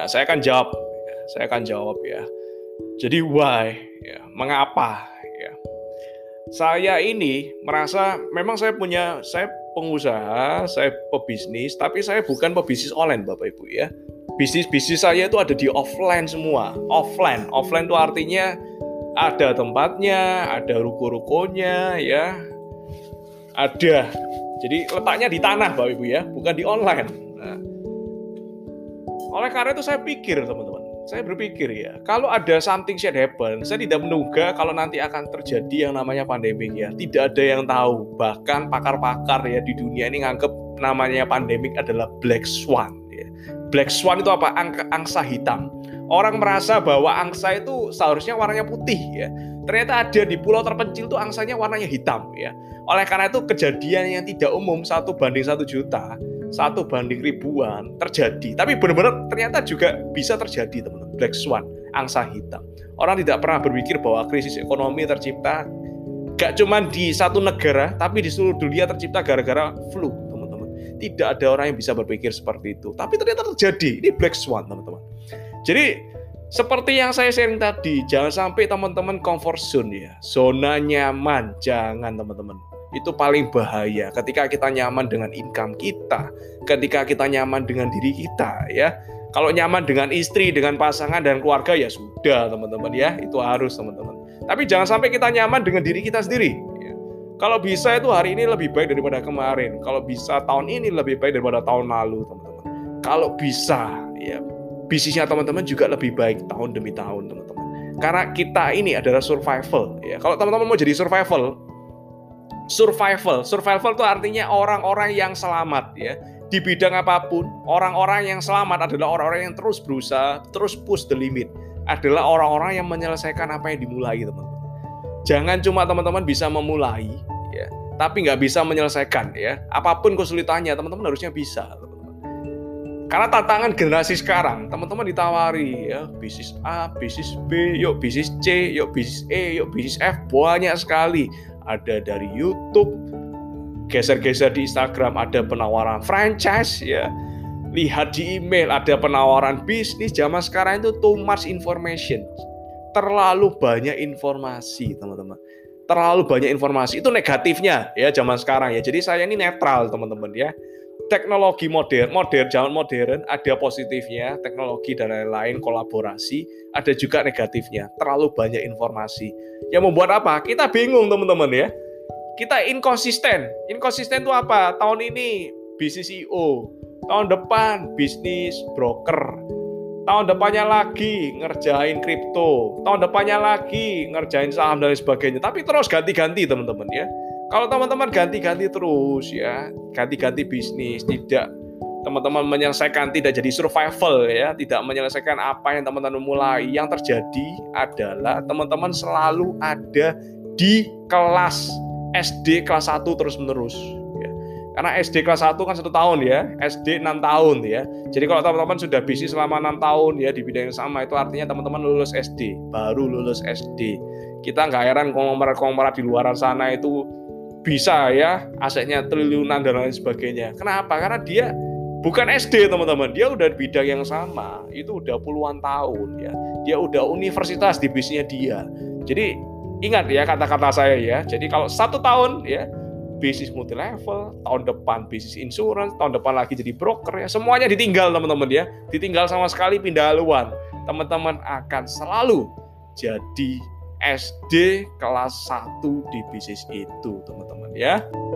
Nah, saya akan jawab ya. Jadi why? Ya, mengapa? Ya. Saya ini merasa memang saya pengusaha, saya pebisnis, tapi saya bukan pebisnis online, Bapak Ibu ya. Bisnis saya itu ada di offline semua. Offline itu artinya ada tempatnya, ada ruko-rukonya ya. Ada. Jadi letaknya di tanah, Bapak Ibu ya, bukan di online. Nah, oleh karena itu saya berpikir ya, kalau ada something should happen, saya tidak menduga kalau nanti akan terjadi yang namanya pandemik ya. Tidak ada yang tahu, bahkan pakar-pakar ya di dunia ini nganggep namanya pandemik adalah black swan ya. Black swan itu apa? Angsa hitam. Orang merasa bahwa angsa itu seharusnya warnanya putih ya. Ternyata ada di pulau terpencil tuh angsanya warnanya hitam ya. Oleh karena itu kejadian yang tidak umum 1:1 juta, 1 banding ribuan terjadi. Tapi benar-benar ternyata juga bisa terjadi teman-teman. Black swan, angsa hitam. Orang tidak pernah berpikir bahwa krisis ekonomi tercipta gak cuma di satu negara, tapi di seluruh dunia tercipta gara-gara flu teman-teman. Tidak ada orang yang bisa berpikir seperti itu. Tapi ternyata terjadi. Ini black swan teman-teman. Jadi seperti yang saya sharing tadi, jangan sampai teman-teman comfort zone ya. Zona nyaman, jangan teman-teman. Itu paling bahaya ketika kita nyaman dengan income kita, ketika kita nyaman dengan diri kita ya. Kalau nyaman dengan istri, dengan pasangan dan keluarga ya sudah teman-teman ya, itu harus teman-teman. Tapi jangan sampai kita nyaman dengan diri kita sendiri ya. Kalau bisa itu hari ini lebih baik daripada kemarin. Kalau bisa tahun ini lebih baik daripada tahun lalu teman-teman. Kalau bisa ya, bisnisnya teman-teman juga lebih baik tahun demi tahun teman-teman. Karena kita ini adalah survival ya. Kalau teman-teman mau jadi survival itu artinya orang-orang yang selamat ya. Di bidang apapun, orang-orang yang selamat adalah orang-orang yang terus berusaha, terus push the limit. Adalah orang-orang yang menyelesaikan apa yang dimulai teman-teman. Jangan cuma teman-teman bisa memulai ya, tapi nggak bisa menyelesaikan ya. Apapun kesulitannya teman-teman harusnya bisa teman-teman. Karena tantangan generasi sekarang, teman-teman ditawari ya, bisnis A, bisnis B, yuk bisnis C, yuk bisnis E, yuk bisnis F, banyak sekali. Ada dari YouTube, geser-geser di Instagram ada penawaran franchise ya. Lihat di email ada penawaran bisnis. Zaman sekarang itu too much information. Terlalu banyak informasi, teman-teman. Terlalu banyak informasi. Itu negatifnya ya zaman sekarang ya. Jadi saya ini netral, teman-teman ya. Teknologi zaman modern ada positifnya, teknologi dan lain-lain, kolaborasi, ada juga negatifnya. Terlalu banyak informasi. Yang membuat apa? Kita bingung teman-teman ya. Kita inkonsisten. Inkonsisten itu apa? Tahun ini bisnis CEO, tahun depan bisnis broker, tahun depannya lagi ngerjain kripto, tahun depannya lagi ngerjain saham dan sebagainya. Tapi terus ganti-ganti teman-teman ya. Kalau teman-teman ganti-ganti terus ya, ganti-ganti bisnis, tidak teman-teman menyelesaikan, tidak jadi survival ya, tidak menyelesaikan apa yang teman-teman mulai, yang terjadi adalah teman-teman selalu ada di kelas SD kelas 1 terus-menerus ya. Karena SD kelas 1 kan 1 tahun ya, SD 6 tahun ya. Jadi kalau teman-teman sudah bisnis selama 6 tahun ya di bidang yang sama, itu artinya teman-teman lulus SD, baru lulus SD. Kita nggak heran konglomerat di luar sana itu bisa ya, asetnya triliunan dan lain sebagainya. Kenapa? Karena dia bukan SD teman-teman, dia udah di bidang yang sama, itu udah puluhan tahun ya. Dia udah universitas di bisnisnya dia. Jadi ingat ya kata-kata saya ya. Jadi kalau 1 tahun ya bisnis multi level, tahun depan bisnis insurance, tahun depan lagi jadi broker ya, semuanya ditinggal teman-teman ya. Ditinggal sama sekali, pindah haluan. Teman-teman akan selalu jadi SD kelas 1 di bisnis itu teman-teman ya.